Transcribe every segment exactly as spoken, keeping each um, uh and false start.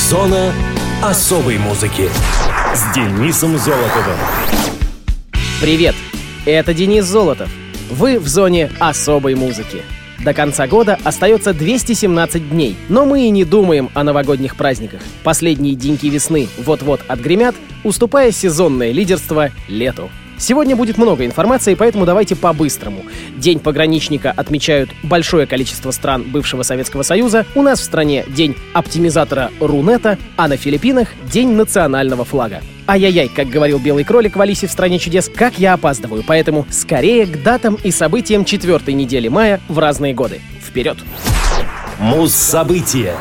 Зона особой музыки с Денисом Золотовым. Привет, это Денис Золотов. Вы в зоне особой музыки. До конца года остается двести семнадцать дней, но мы и не думаем о новогодних праздниках. Последние деньки весны вот-вот отгремят, уступая сезонное лидерство лету. Сегодня будет много информации, поэтому давайте по-быстрому. День пограничника отмечают большое количество стран бывшего Советского Союза. У нас в стране день оптимизатора Рунета, а на Филиппинах день национального флага. Ай-яй-яй, как говорил белый кролик в «Алисе в стране чудес», как я опаздываю, поэтому скорее к датам и событиям четвертой недели мая в разные годы. Вперед! Муз-события.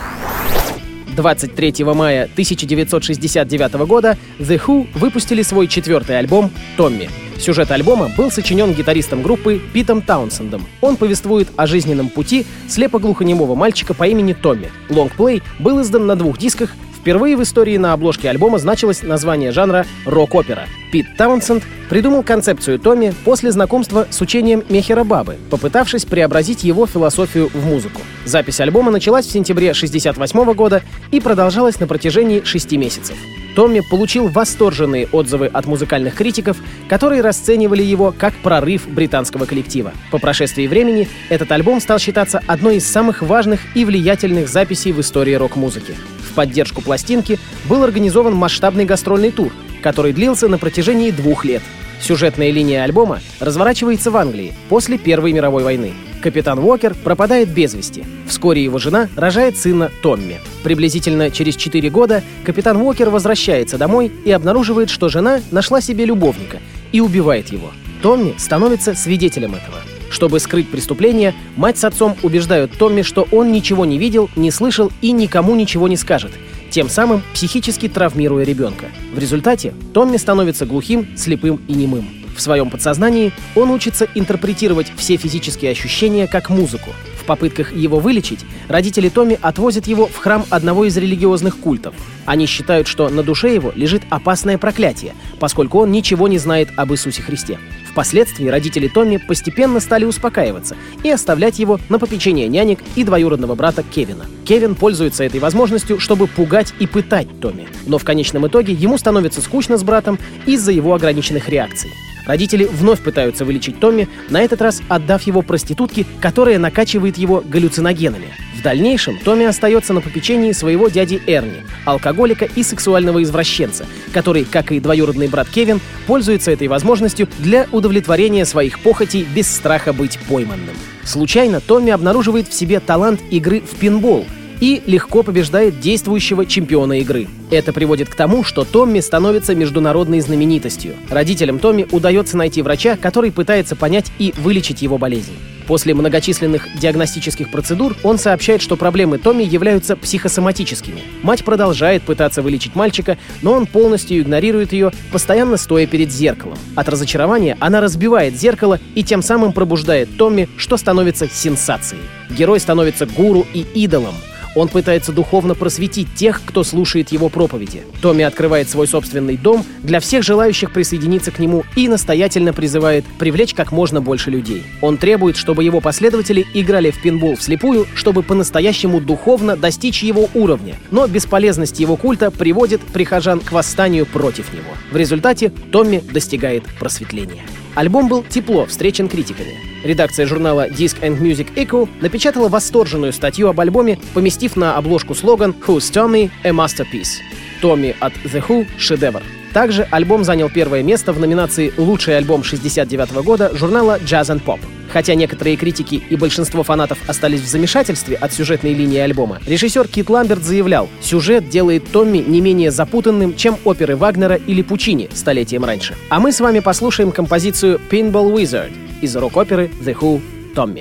двадцать третьего мая тысяча девятьсот шестьдесят девятого года The Who выпустили свой четвертый альбом «Томми». Сюжет альбома был сочинен гитаристом группы Питом Таунсендом. Он повествует о жизненном пути слепо-глухонемого мальчика по имени Томми. Лонгплей был издан на двух дисках. Впервые в истории на обложке альбома значилось название жанра «рок-опера». Пит Таунсенд придумал концепцию Томми после знакомства с учением Мехера Бабы, попытавшись преобразить его философию в музыку. Запись альбома началась в сентябре шестьдесят восьмого года и продолжалась на протяжении шести месяцев. Томми получил восторженные отзывы от музыкальных критиков, которые расценивали его как прорыв британского коллектива. По прошествии времени этот альбом стал считаться одной из самых важных и влиятельных записей в истории рок-музыки. В поддержку пластинки был организован масштабный гастрольный тур, который длился на протяжении двух лет. Сюжетная линия альбома разворачивается в Англии после Первой мировой войны. Капитан Уокер пропадает без вести. Вскоре его жена рожает сына Томми. Приблизительно через четыре года капитан Уокер возвращается домой и обнаруживает, что жена нашла себе любовника и убивает его. Томми становится свидетелем этого. Чтобы скрыть преступление, мать с отцом убеждают Томми, что он ничего не видел, не слышал и никому ничего не скажет, тем самым психически травмируя ребенка. В результате Томми становится глухим, слепым и немым. В своем подсознании он учится интерпретировать все физические ощущения как музыку. В попытках его вылечить родители Томми отвозят его в храм одного из религиозных культов. Они считают, что на душе его лежит опасное проклятие, поскольку он ничего не знает об Иисусе Христе. Впоследствии родители Томми постепенно стали успокаиваться и оставлять его на попечение нянек и двоюродного брата Кевина. Кевин пользуется этой возможностью, чтобы пугать и пытать Томми. Но в конечном итоге ему становится скучно с братом из-за его ограниченных реакций. Родители вновь пытаются вылечить Томми, на этот раз отдав его проститутке, которая накачивает его галлюциногенами. В дальнейшем Томми остается на попечении своего дяди Эрни, алкоголика и сексуального извращенца, который, как и двоюродный брат Кевин, пользуется этой возможностью для удовлетворения своих похотей без страха быть пойманным. Случайно Томми обнаруживает в себе талант игры в пинбол и легко побеждает действующего чемпиона игры. Это приводит к тому, что Томми становится международной знаменитостью. Родителям Томми удается найти врача, который пытается понять и вылечить его болезнь. После многочисленных диагностических процедур он сообщает, что проблемы Томми являются психосоматическими. Мать продолжает пытаться вылечить мальчика, но он полностью игнорирует ее, постоянно стоя перед зеркалом. От разочарования она разбивает зеркало и тем самым пробуждает Томми, что становится сенсацией. Герой становится гуру и идолом. Он пытается духовно просветить тех, кто слушает его проповеди. Томми открывает свой собственный дом для всех желающих присоединиться к нему и настоятельно призывает привлечь как можно больше людей. Он требует, чтобы его последователи играли в пинбол вслепую, чтобы по-настоящему духовно достичь его уровня. Но бесполезность его культа приводит прихожан к восстанию против него. В результате Томми достигает просветления. Альбом был тепло встречен критиками. Редакция журнала Disc and Music Echo напечатала восторженную статью об альбоме, поместив на обложку слоган «Who's Tommy? A Masterpiece». Томми от The Who — шедевр. Также альбом занял первое место в номинации «Лучший альбом шестьдесят девятого года» журнала Jazz and Pop. Хотя некоторые критики и большинство фанатов остались в замешательстве от сюжетной линии альбома, режиссер Кит Ламберт заявлял, сюжет делает Томми не менее запутанным, чем оперы Вагнера или Пучини столетием раньше. А мы с вами послушаем композицию «Pinball Wizard» из рок-оперы The Who «Томми».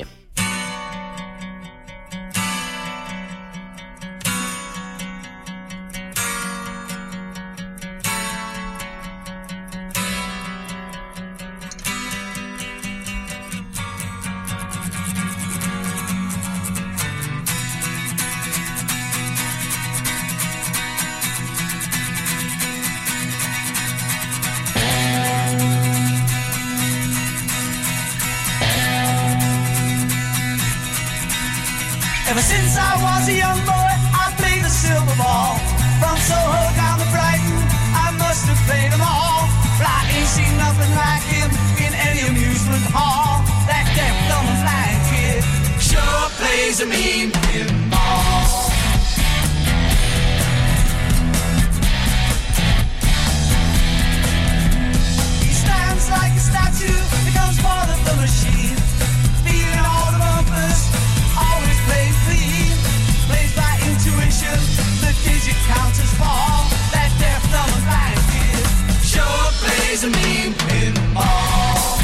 plays a mean pinball. He stands like a statue, becomes part of the machine, feeling all the bumpers, always plays clean, plays by intuition, the digit counters fall, that deaf, dumb and blind kid sure plays a mean pinball.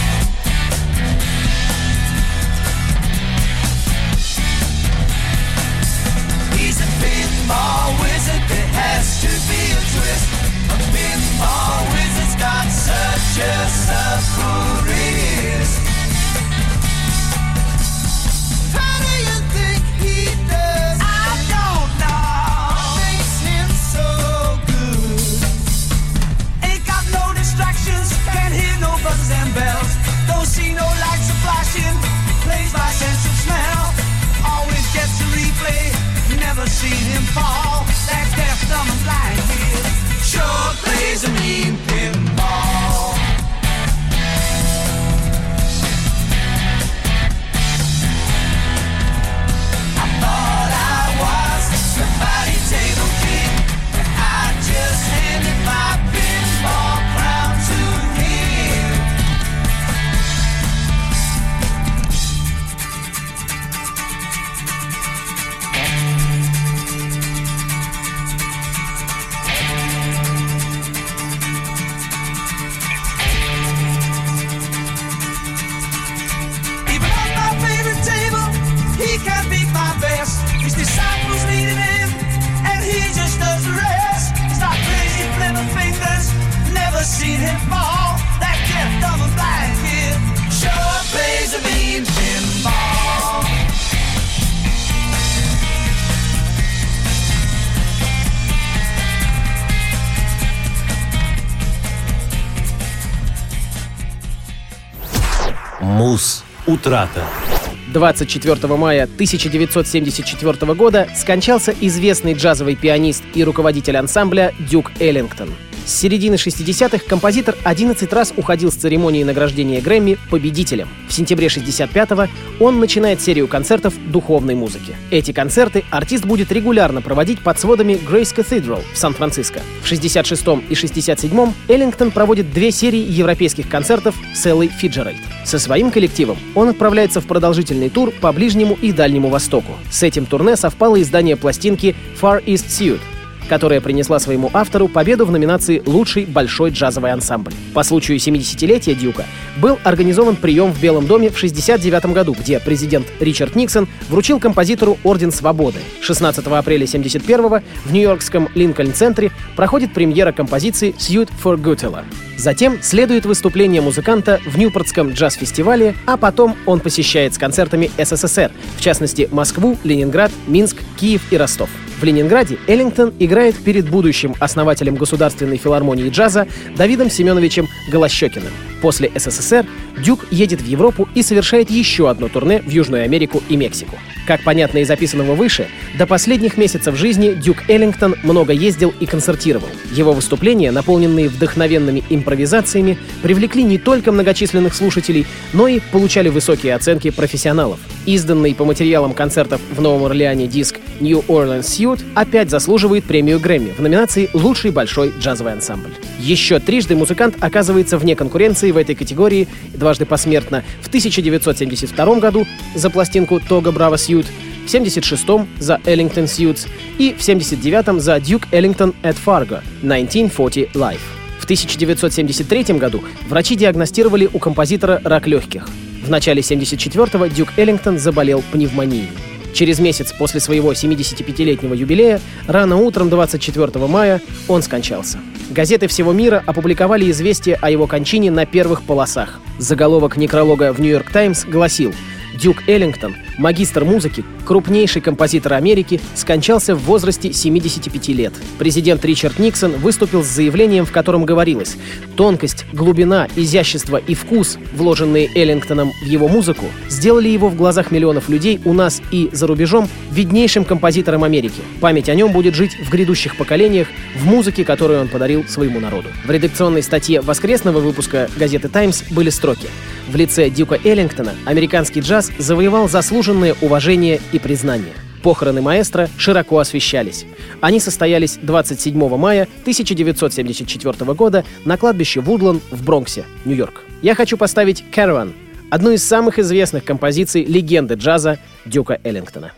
He's a pinball wizard, there has to be a twist. A pinball wizard's got such a subtle wrist. How do you think he does? I don't know. What makes him so good? Ain't got no distractions, can't hear no buzzes and bells, don't see no lights are flashing, plays by sense of smell, always gets a replay, never seen him fall, that deaf, dumb and blind kid sure plays a mean pinball. I thought I was the body table king, but I just handed my pinball crown to him. Even on my favorite table, he can't beat my best. His disciples needed him, and he just does the rest. He's not crazy, flipping fingers, never seen him fall. That deaf, dumb and blind kid sure plays a mean pinball. Муз. Утрата. двадцать четвёртого мая тысяча девятьсот семьдесят четвёртого года скончался известный джазовый пианист и руководитель ансамбля Дюк Эллингтон. С середины шестидесятых композитор одиннадцать раз уходил с церемонии награждения Грэмми победителем. В сентябре шестьдесят пятого он начинает серию концертов духовной музыки. Эти концерты артист будет регулярно проводить под сводами Grace Cathedral в Сан-Франциско. В шестьдесят шестом и шестьдесят седьмом Эллингтон проводит две серии европейских концертов с Эллой Фиджеральд. Со своим коллективом он отправляется в продолжительный тур по Ближнему и Дальнему Востоку. С этим турне совпало издание пластинки Far East Suite, которая принесла своему автору победу в номинации «Лучший большой джазовый ансамбль». По случаю семидесятилетия Дюка был организован прием в Белом доме в шестьдесят девятом году, где президент Ричард Никсон вручил композитору Орден Свободы. шестнадцатого апреля семьдесят первого в нью-йоркском Линкольн-центре проходит премьера композиции «Suite for Gutella». Затем следует выступление музыканта в Ньюпортском джаз-фестивале, а потом он посещает с концертами СССР, в частности Москву, Ленинград, Минск, Киев и Ростов. В Ленинграде Эллингтон играет перед будущим основателем Государственной филармонии джаза Давидом Семеновичем Голощекиным. После СССР Дюк едет в Европу и совершает еще одно турне в Южную Америку и Мексику. Как понятно из описанного выше, до последних месяцев жизни Дюк Эллингтон много ездил и концертировал. Его выступления, наполненные вдохновенными импровизациями, привлекли не только многочисленных слушателей, но и получали высокие оценки профессионалов. Изданный по материалам концертов в Новом Орлеане диск New Orleans Suite опять заслуживает премию Грэмми в номинации «Лучший большой джазовый ансамбль». Еще трижды музыкант оказывается вне конкуренции в этой категории, дважды посмертно в тысяча девятьсот семьдесят втором году за пластинку «Toga Brava Suite», в семьдесят шестом за Ellington Suites и в семьдесят девятом за Duke Ellington at Fargo nineteen forty Live. В тысяча девятьсот семьдесят третьем году врачи диагностировали у композитора рак легких. В начале семьдесят четвёртого Дюк Эллингтон заболел пневмонией. Через месяц после своего семидесятипятилетнего юбилея, рано утром двадцать четвёртого мая, он скончался. Газеты всего мира опубликовали известие о его кончине на первых полосах. Заголовок некролога в «Нью-Йорк Таймс» гласил: Дюк Эллингтон, магистр музыки, крупнейший композитор Америки, скончался в возрасте семидесяти пяти лет. Президент Ричард Никсон выступил с заявлением, в котором говорилось: тонкость, глубина, изящество и вкус, вложенные Эллингтоном в его музыку, сделали его в глазах миллионов людей у нас и за рубежом виднейшим композитором Америки. Память о нем будет жить в грядущих поколениях в музыке, которую он подарил своему народу. В редакционной статье воскресного выпуска газеты «Таймс» были строки: в лице Дюка Эллингтона американский джаз завоевал заслуженное заслуженное уважение и признание. Похороны маэстро широко освещались. Они состоялись двадцать седьмого мая тысяча девятьсот семьдесят четвёртого года на кладбище Вудланд в Бронксе, Нью-Йорк. Я хочу поставить «Caravan», одну из самых известных композиций легенды джаза Дюка Эллингтона.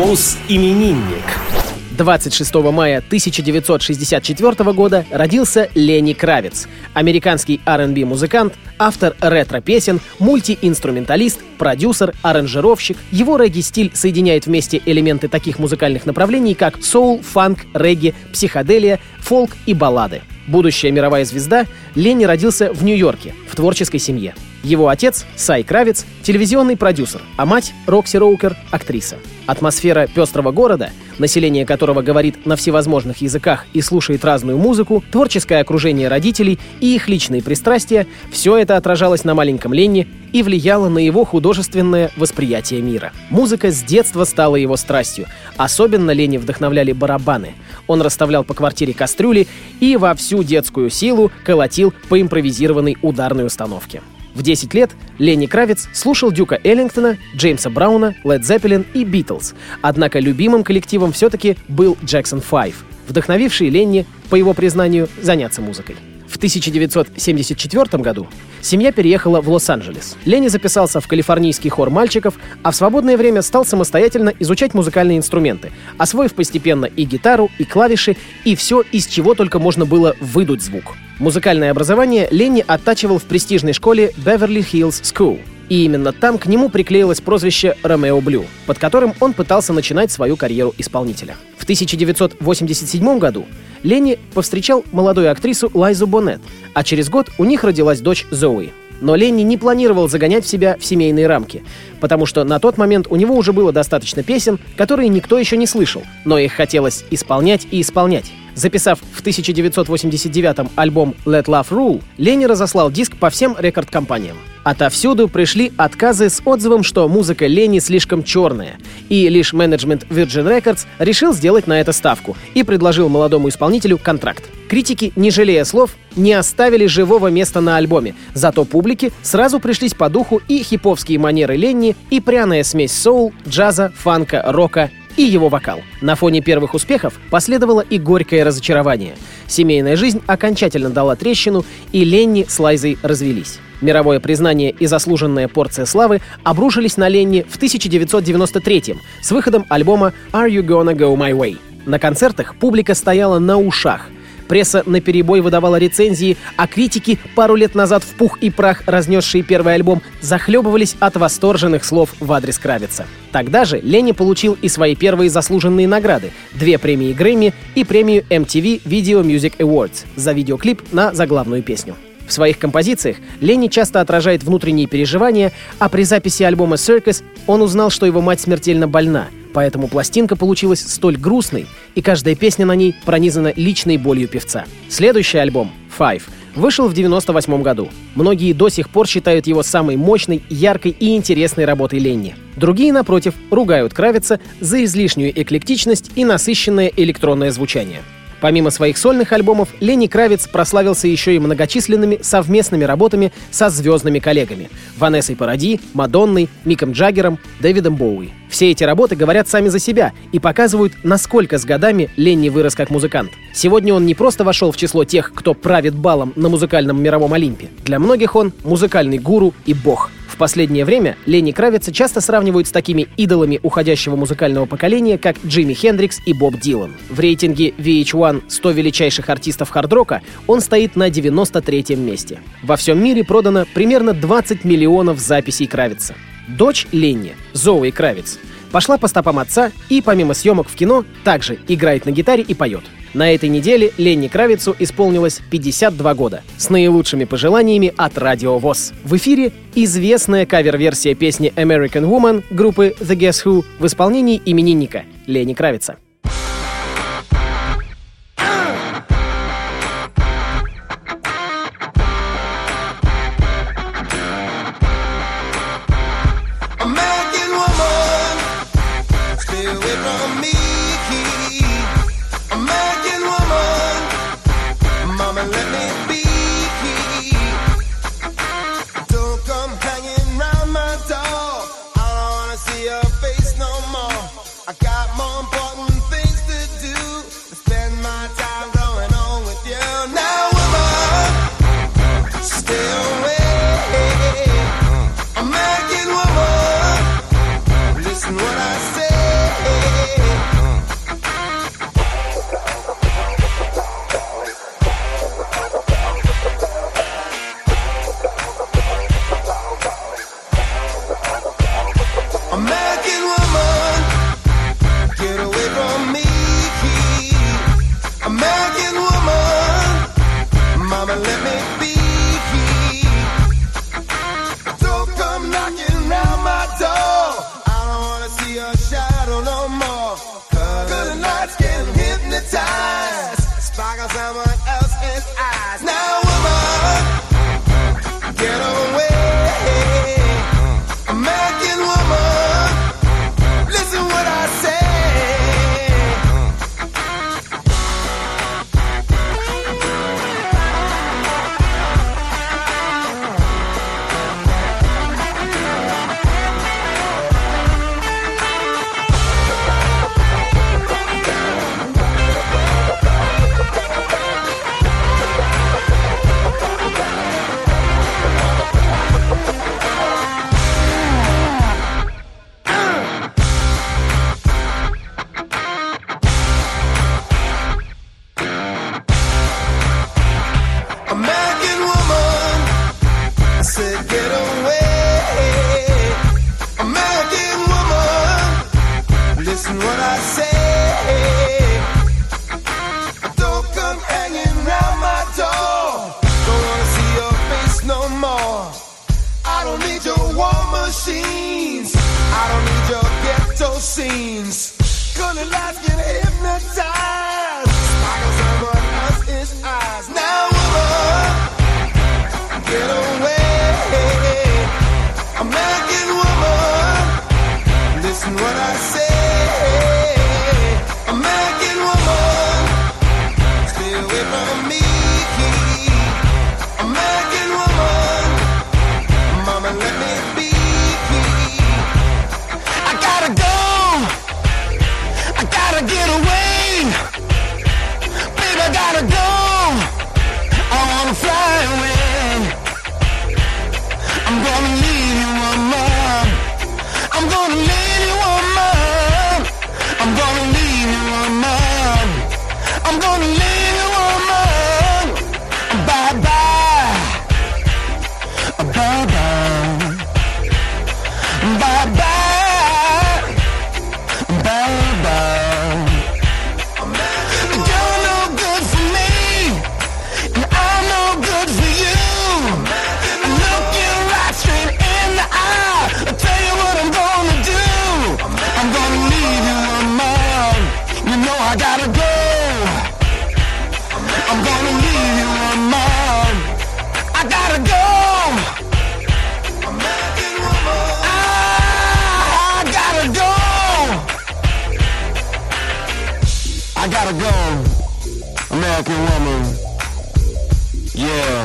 Муз-именинник. двадцать шестого мая тысяча девятьсот шестьдесят четвёртого года родился Ленни Кравиц, американский ар энд би-музыкант, автор ретро-песен, мультиинструменталист, продюсер, аранжировщик. Его регги-стиль соединяет вместе элементы таких музыкальных направлений, как соул, фанк, регги, психоделия, фолк и баллады. Будущая мировая звезда, Ленни родился в Нью-Йорке, в творческой семье. Его отец, Сай Кравиц, телевизионный продюсер, а мать, Рокси Роукер, актриса. Атмосфера пестрого города, население которого говорит на всевозможных языках и слушает разную музыку, творческое окружение родителей и их личные пристрастия — все это отражалось на маленьком Ленни и влияло на его художественное восприятие мира. Музыка с детства стала его страстью. Особенно Ленни вдохновляли барабаны. Он расставлял по квартире кастрюли и во всю детскую силу колотил по импровизированной ударной установке. В десять лет Ленни Кравиц слушал Дюка Эллингтона, Джеймса Брауна, Лед Зеппелин и Битлз. Однако любимым коллективом все-таки был Джексон пять, вдохновивший Ленни, по его признанию, заняться музыкой. В тысяча девятьсот семьдесят четвёртом году семья переехала в Лос-Анджелес. Ленни записался в калифорнийский хор мальчиков, а в свободное время стал самостоятельно изучать музыкальные инструменты, освоив постепенно и гитару, и клавиши, и все, из чего только можно было выдуть звук. Музыкальное образование Ленни оттачивал в престижной школе Beverly Hills School. И именно там к нему приклеилось прозвище «Ромео Блю», под которым он пытался начинать свою карьеру исполнителя. В тысяча девятьсот восемьдесят седьмом году Ленни повстречал молодую актрису Лайзу Боннет, а через год у них родилась дочь Зои. Но Ленни не планировал загонять себя в семейные рамки, потому что на тот момент у него уже было достаточно песен, которые никто еще не слышал, но их хотелось исполнять и исполнять. Записав в тысяча девятьсот восемьдесят девятом альбом «Let Love Rule», Ленни разослал диск по всем рекорд-компаниям. Отовсюду пришли отказы с отзывом, что музыка Ленни слишком черная, и лишь менеджмент Virgin Records решил сделать на это ставку и предложил молодому исполнителю контракт. Критики, не жалея слов, не оставили живого места на альбоме, зато публике сразу пришлись по духу и хиповские манеры Ленни, и пряная смесь соул, джаза, фанка, рока и его вокал. На фоне первых успехов последовало и горькое разочарование. Семейная жизнь окончательно дала трещину, и Ленни с Лайзой развелись. Мировое признание и заслуженная порция славы обрушились на Ленни в тысяча девятьсот девяносто третьем с выходом альбома «Are You Gonna Go My Way?». На концертах публика стояла на ушах. Пресса наперебой выдавала рецензии, а критики, пару лет назад в пух и прах разнесшие первый альбом, захлебывались от восторженных слов в адрес Кравица. Тогда же Ленни получил и свои первые заслуженные награды — две премии Грэмми и премию эм ти ви Video Music Awards за видеоклип на заглавную песню. В своих композициях Ленни часто отражает внутренние переживания, а при записи альбома «Circus» он узнал, что его мать смертельно больна, поэтому пластинка получилась столь грустной, и каждая песня на ней пронизана личной болью певца. Следующий альбом «Five» вышел в девяносто восьмом году. Многие до сих пор считают его самой мощной, яркой и интересной работой Ленни. Другие, напротив, ругают Кравица за излишнюю эклектичность и насыщенное электронное звучание. Помимо своих сольных альбомов, Ленни Кравиц прославился еще и многочисленными совместными работами со звездными коллегами — Ванессой Паради, Мадонной, Миком Джаггером, Дэвидом Боуи. Все эти работы говорят сами за себя и показывают, насколько с годами Ленни вырос как музыкант. Сегодня он не просто вошел в число тех, кто правит балом на музыкальном мировом Олимпе. Для многих он музыкальный гуру и бог. В последнее время Ленни Кравица часто сравнивают с такими идолами уходящего музыкального поколения, как Джимми Хендрикс и Боб Дилан. В рейтинге ви эйч один сто величайших артистов хард-рока он стоит на девяносто третьем месте. Во всем мире продано примерно двадцать миллионов записей Кравица. Дочь Ленни, Зои Кравиц, пошла по стопам отца и, помимо съемок в кино, также играет на гитаре и поет. На этой неделе Ленни Кравицу исполнилось пятьдесят два года. С наилучшими пожеланиями от Радио ВОС. В эфире известная кавер-версия песни American Woman группы The Guess Who в исполнении именинника Ленни Кравица. I got more important don't need your war machines. I don't need your ghetto scenes. Gonna lights get hypnotized. Sparkle someone else's eyes. Now, woman, get away. American woman, listen what I say. American woman, stay away from me. American woman, mama, let me be. I gotta go. I gotta get away. Baby, I gotta go. I wanna fly away. I'm gonna leave you, woman. I'm gonna leave you, woman. I'm gonna leave you, woman. I'm gonna leave you, woman. Bye bye. Bye bye. Bye bye. Bye bye. You're no good for me, and I'm no good for you. Look you right straight in the eye. I'll tell you what I'm gonna do. I'm gonna leave you alone. You know I gotta go. I'm gonna leave you alone. I gotta go. American woman. I gotta go. I gotta go. American woman. Yeah.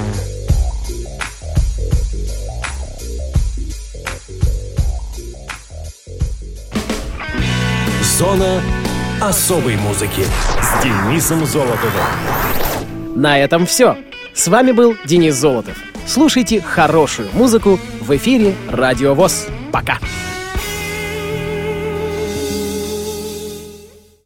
Зона особой музыки с Денисом Золотовым. На этом все. С вами был Денис Золотов. Слушайте хорошую музыку в эфире Радио ВОС. Пока.